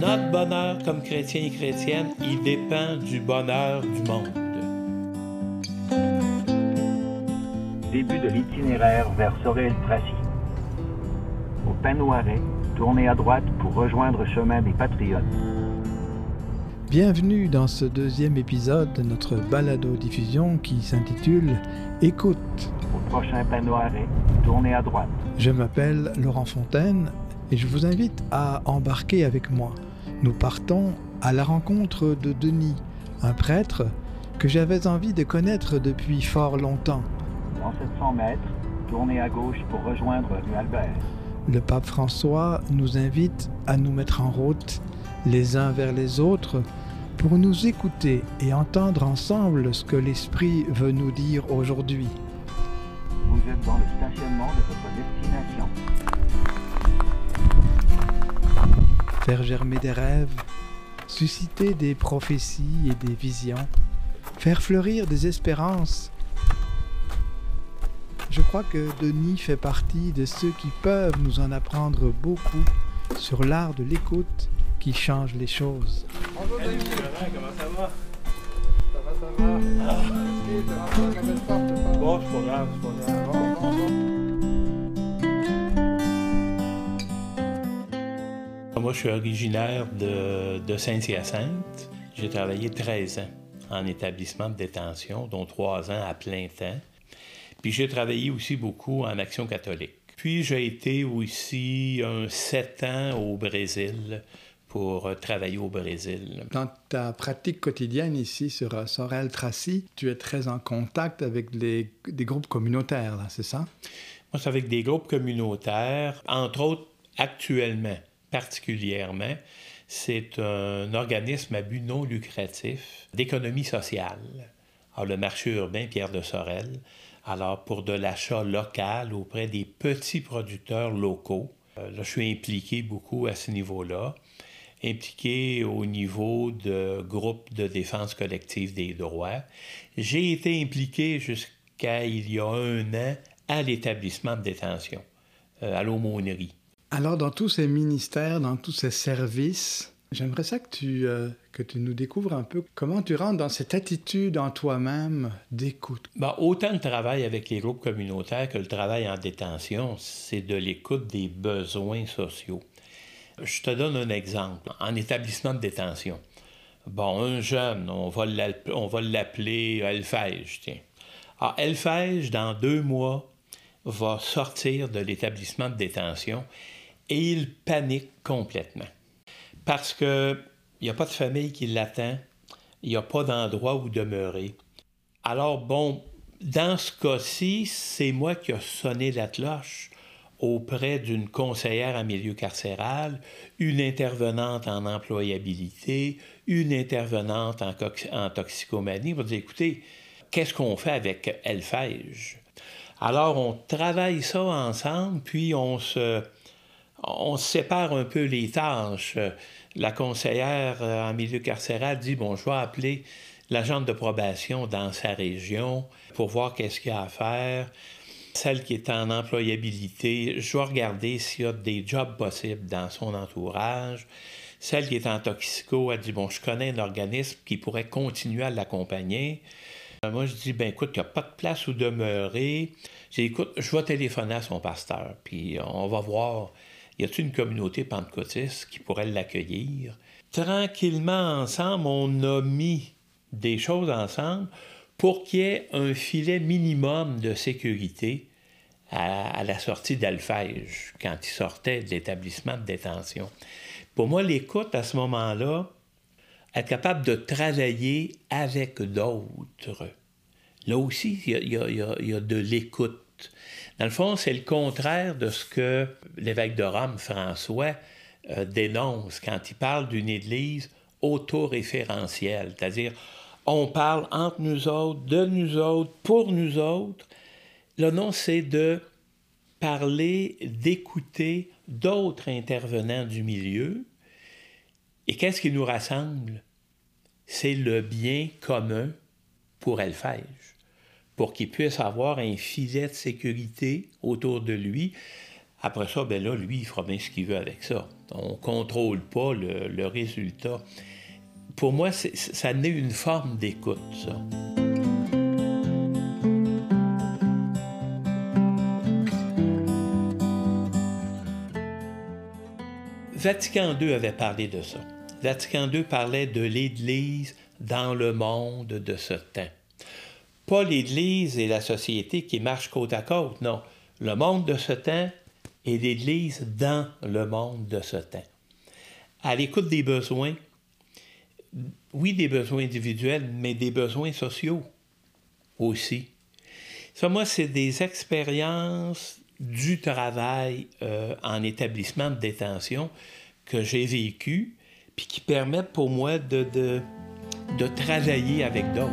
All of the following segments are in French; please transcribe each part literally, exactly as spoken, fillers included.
Notre bonheur comme chrétiens et chrétiennes, il dépend du bonheur du monde. Début de l'itinéraire vers Sorel-Tracy. Au panneau arrêt, tournez à droite pour rejoindre le chemin des Patriotes. Bienvenue dans ce deuxième épisode de notre balado-diffusion qui s'intitule « Écoute ». Au prochain panneau arrêt, tournez à droite. Je m'appelle Laurent Fontaine et je vous invite à embarquer avec moi. Nous partons à la rencontre de Denis, un prêtre que j'avais envie de connaître depuis fort longtemps. Dans sept cents mètres, tournez à gauche pour rejoindre rue Albert. Le pape François nous invite à nous mettre en route, les uns vers les autres, pour nous écouter et entendre ensemble ce que l'Esprit veut nous dire aujourd'hui. Vous êtes dans le stationnement de votre destination. Faire germer des rêves, susciter des prophéties et des visions, faire fleurir des espérances. Je crois que Denis fait partie de ceux qui peuvent nous en apprendre beaucoup sur l'art de l'écoute qui change les choses. Bonjour Denis. Comment ça va? Ça va, ça va. Ah. Merci, t'es rentré dans la belle porte, c'est pas... Bon, c'est pas grave, c'est pas grave. Bon, bon, bon. Moi, je suis originaire de, de Saint-Hyacinthe. J'ai travaillé treize ans en établissement de détention, dont trois ans à plein temps. Puis j'ai travaillé aussi beaucoup en Action catholique. Puis j'ai été aussi un sept ans au Brésil pour travailler au Brésil. Dans ta pratique quotidienne ici sur Sorel-Tracy, tu es très en contact avec les, des groupes communautaires, là, c'est ça? Moi, c'est avec des groupes communautaires, entre autres actuellement, particulièrement, c'est un organisme à but non lucratif d'économie sociale. Alors, le marché urbain Pierre de Sorel, alors pour de l'achat local auprès des petits producteurs locaux. Euh, là, je suis impliqué beaucoup à ce niveau-là, impliqué au niveau de groupes de défense collective des droits. J'ai été impliqué jusqu'à il y a un an à l'établissement de détention, euh, à l'aumônerie. Alors, dans tous ces ministères, dans tous ces services, j'aimerais ça que tu, euh, que tu nous découvres un peu comment tu rentres dans cette attitude en toi-même d'écoute. Ben, autant le travail avec les groupes communautaires que le travail en détention, c'est de l'écoute des besoins sociaux. Je te donne un exemple. En établissement de détention, bon, un jeune, on va l'appeler, on va l'appeler Elfège, tiens. Alors, Elfège, dans deux mois, va sortir de l'établissement de détention et il panique complètement. Parce qu'il n'y a pas de famille qui l'attend, il n'y a pas d'endroit où demeurer. Alors bon, dans ce cas-ci, c'est moi qui ai sonné la cloche auprès d'une conseillère en milieu carcéral, une intervenante en employabilité, une intervenante en, cox- en toxicomanie, pour dire, écoutez, qu'est-ce qu'on fait avec Elfège? Alors, on travaille ça ensemble, puis on se... On sépare un peu les tâches. La conseillère en milieu carcéral dit, bon, je vais appeler l'agente de probation dans sa région pour voir qu'est-ce qu'il y a à faire. Celle qui est en employabilité, je vais regarder s'il y a des jobs possibles dans son entourage. Celle qui est en toxico, elle dit, bon, je connais un organisme qui pourrait continuer à l'accompagner. Moi, je dis, ben écoute, il n'y a pas de place où demeurer. J'ai dit, écoute, je vais téléphoner à son pasteur, puis on va voir... Y a-t-il une communauté pentecôtiste qui pourrait l'accueillir? Tranquillement, ensemble, on a mis des choses ensemble pour qu'il y ait un filet minimum de sécurité à, à la sortie d'Elfège, quand il sortait de l'établissement de détention. Pour moi, l'écoute, à ce moment-là, être capable de travailler avec d'autres. Là aussi, il y a, y a, y a de l'écoute. Dans le fond, c'est le contraire de ce que l'évêque de Rome, François, euh, dénonce quand il parle d'une Église autoréférentielle. C'est-à-dire, on parle entre nous autres, de nous autres, pour nous autres. Là, non, c'est de parler, d'écouter d'autres intervenants du milieu. Et qu'est-ce qui nous rassemble? C'est le bien commun pour Elfège, pour qu'il puisse avoir un filet de sécurité autour de lui. Après ça, ben là, lui, il fera bien ce qu'il veut avec ça. On ne contrôle pas le, le résultat. Pour moi, c'est, ça naît une forme d'écoute, ça. Vatican deux avait parlé de ça. Vatican deux parlait de l'Église dans le monde de ce temps. Pas l'Église et la société qui marchent côte à côte, non. Le monde de ce temps et l'Église dans le monde de ce temps. À l'écoute des besoins, oui, des besoins individuels, mais des besoins sociaux aussi. Ça, moi, c'est des expériences du travail euh, en établissement de détention que j'ai vécu, puis qui permettent pour moi de, de, de travailler avec d'autres.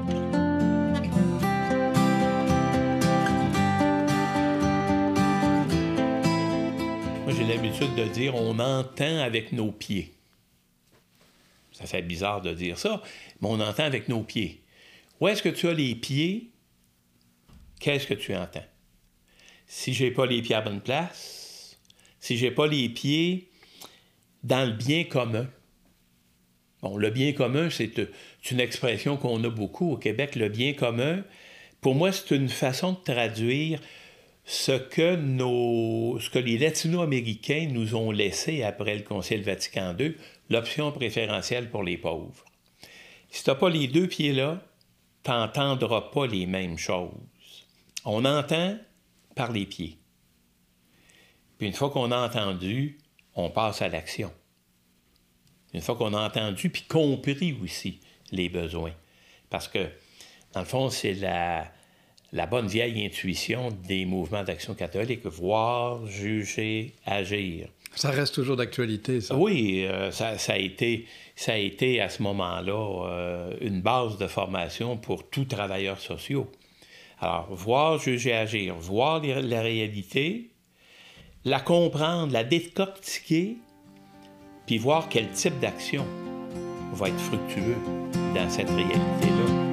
Moi, j'ai l'habitude de dire on entend avec nos pieds. Ça fait bizarre de dire ça, mais on entend avec nos pieds. Où est-ce que tu as les pieds? Qu'est-ce que tu entends? Si je n'ai pas les pieds à bonne place, si je n'ai pas les pieds dans le bien commun. Bon, le bien commun, c'est une expression qu'on a beaucoup au Québec. Le bien commun, pour moi, c'est une façon de traduire ce que, nos, ce que les Latino-Américains nous ont laissé après le Concile Vatican deux, l'option préférentielle pour les pauvres. Si tu n'as pas les deux pieds-là, tu n'entendras pas les mêmes choses. On entend par les pieds. Puis une fois qu'on a entendu, on passe à l'action. Une fois qu'on a entendu, puis compris aussi les besoins. Parce que, dans le fond, c'est la, la bonne vieille intuition des mouvements d'action catholique. Voir, juger, agir. Ça reste toujours d'actualité, ça. Oui, euh, ça, ça, a été, ça a été à ce moment-là euh, une base de formation pour tous travailleurs sociaux. Alors, voir, juger, agir, voir les, la réalité, la comprendre, la décortiquer, puis voir quel type d'action va être fructueux dans cette réalité-là.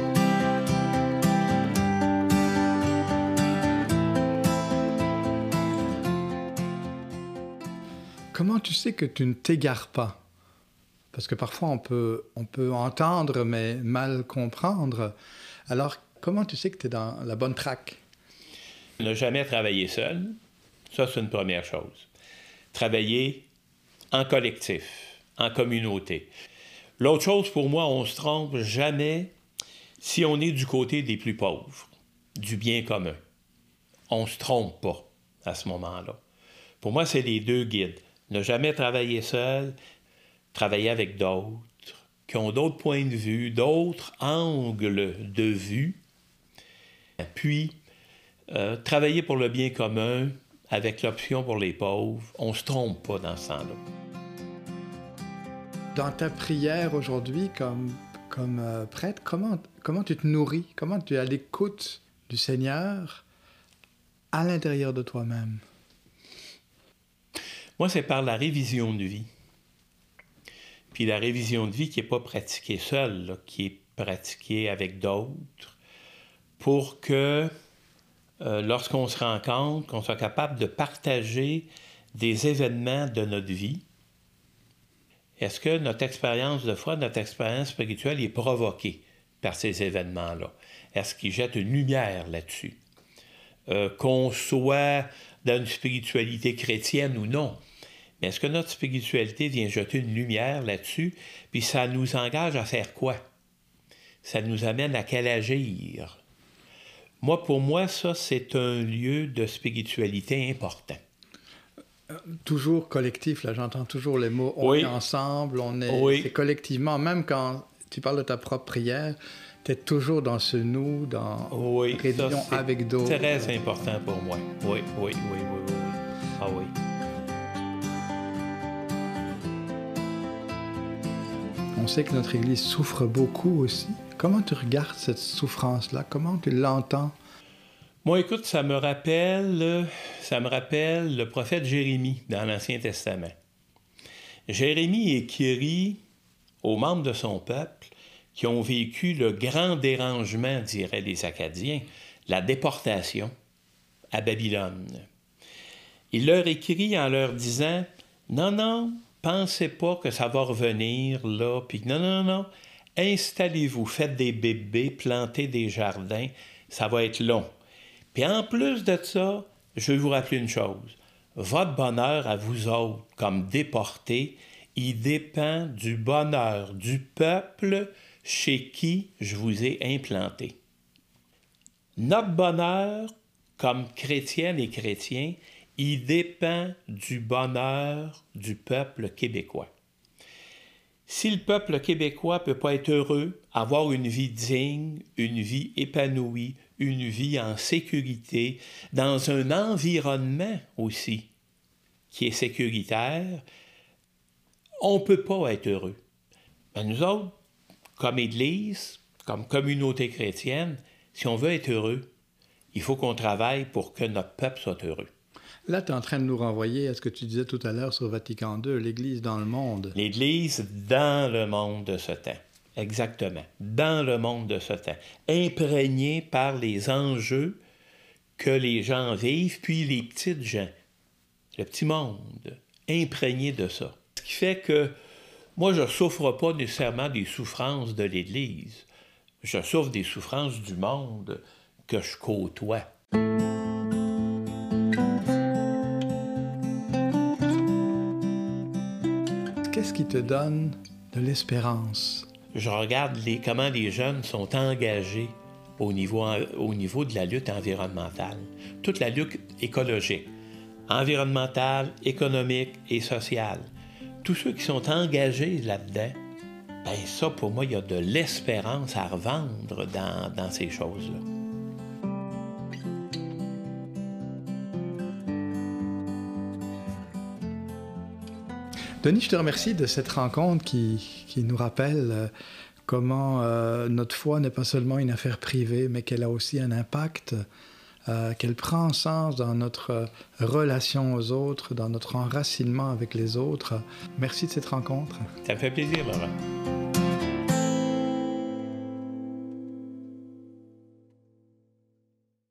Comment tu sais que tu ne t'égares pas? Parce que parfois on peut, on peut entendre mais mal comprendre. Alors, comment tu sais que tu es dans la bonne traque? Ne jamais travailler seul, ça c'est une première chose. Travailler en collectif, en communauté. L'autre chose, pour moi, on ne se trompe jamais si on est du côté des plus pauvres, du bien commun. On ne se trompe pas à ce moment-là. Pour moi, c'est les deux guides. Ne jamais travailler seul, travailler avec d'autres, qui ont d'autres points de vue, d'autres angles de vue, puis euh, travailler pour le bien commun avec l'option pour les pauvres. On ne se trompe pas dans ce temps-là. Dans ta prière aujourd'hui, comme, comme euh, prêtre, comment, comment tu te nourris? Comment tu es à l'écoute du Seigneur à l'intérieur de toi-même? Moi, c'est par la révision de vie. Puis la révision de vie qui n'est pas pratiquée seule, là, qui est pratiquée avec d'autres, pour que euh, lorsqu'on se rencontre, qu'on soit capable de partager des événements de notre vie. Est-ce que notre expérience de foi, notre expérience spirituelle est provoquée par ces événements-là? Est-ce qu'ils jettent une lumière là-dessus? Euh, qu'on soit dans une spiritualité chrétienne ou non. Mais est-ce que notre spiritualité vient jeter une lumière là-dessus? Puis ça nous engage à faire quoi? Ça nous amène à quel agir? Moi, pour moi, ça, c'est un lieu de spiritualité important. Toujours collectif, là, j'entends toujours les mots « on oui. est ensemble », on est oui. c'est collectivement. Même quand tu parles de ta propre prière, tu es toujours dans ce nous, dans oui, réunion ça, avec d'autres. C'est très important pour moi. Oui, oui, oui, oui, oui. oui. Ah oui. On sait que notre Église souffre beaucoup aussi. Comment tu regardes cette souffrance-là? Comment tu l'entends? Moi, écoute, ça me rappelle, ça me rappelle le prophète Jérémie dans l'Ancien Testament. Jérémie écrit aux membres de son peuple qui ont vécu le grand dérangement, diraient les Acadiens, la déportation à Babylone. Il leur écrit en leur disant « Non, non, pensez pas que ça va revenir là, puis non, non, non. Installez-vous, faites des bébés, plantez des jardins, ça va être long. Puis en plus de ça, je vais vous rappeler une chose. Votre bonheur à vous autres, comme déportés, il dépend du bonheur du peuple chez qui je vous ai implanté. Notre bonheur, comme chrétiennes et chrétiens, il dépend du bonheur du peuple québécois. Si le peuple québécois ne peut pas être heureux, avoir une vie digne, une vie épanouie, une vie en sécurité, dans un environnement aussi qui est sécuritaire, on ne peut pas être heureux. Mais nous autres, comme Église, comme communauté chrétienne, si on veut être heureux, il faut qu'on travaille pour que notre peuple soit heureux. Là, tu es en train de nous renvoyer à ce que tu disais tout à l'heure sur Vatican deux, l'Église dans le monde. L'Église dans le monde de ce temps. Exactement. Dans le monde de ce temps. Imprégnée par les enjeux que les gens vivent, puis les petites gens. Le petit monde. Imprégné de ça. Ce qui fait que moi, je ne souffre pas nécessairement des souffrances de l'Église. Je souffre des souffrances du monde que je côtoie. Qu'est-ce qui te donne de l'espérance? Je regarde les, comment les jeunes sont engagés au niveau, au niveau de la lutte environnementale. Toute la lutte écologique, environnementale, économique et sociale. Tous ceux qui sont engagés là-dedans, ben ça, pour moi, il y a de l'espérance à revendre dans, dans ces choses-là. Denis, je te remercie de cette rencontre qui, qui nous rappelle euh, comment euh, notre foi n'est pas seulement une affaire privée, mais qu'elle a aussi un impact, euh, qu'elle prend sens dans notre relation aux autres, dans notre enracinement avec les autres. Merci de cette rencontre. Ça me fait plaisir, Laurent.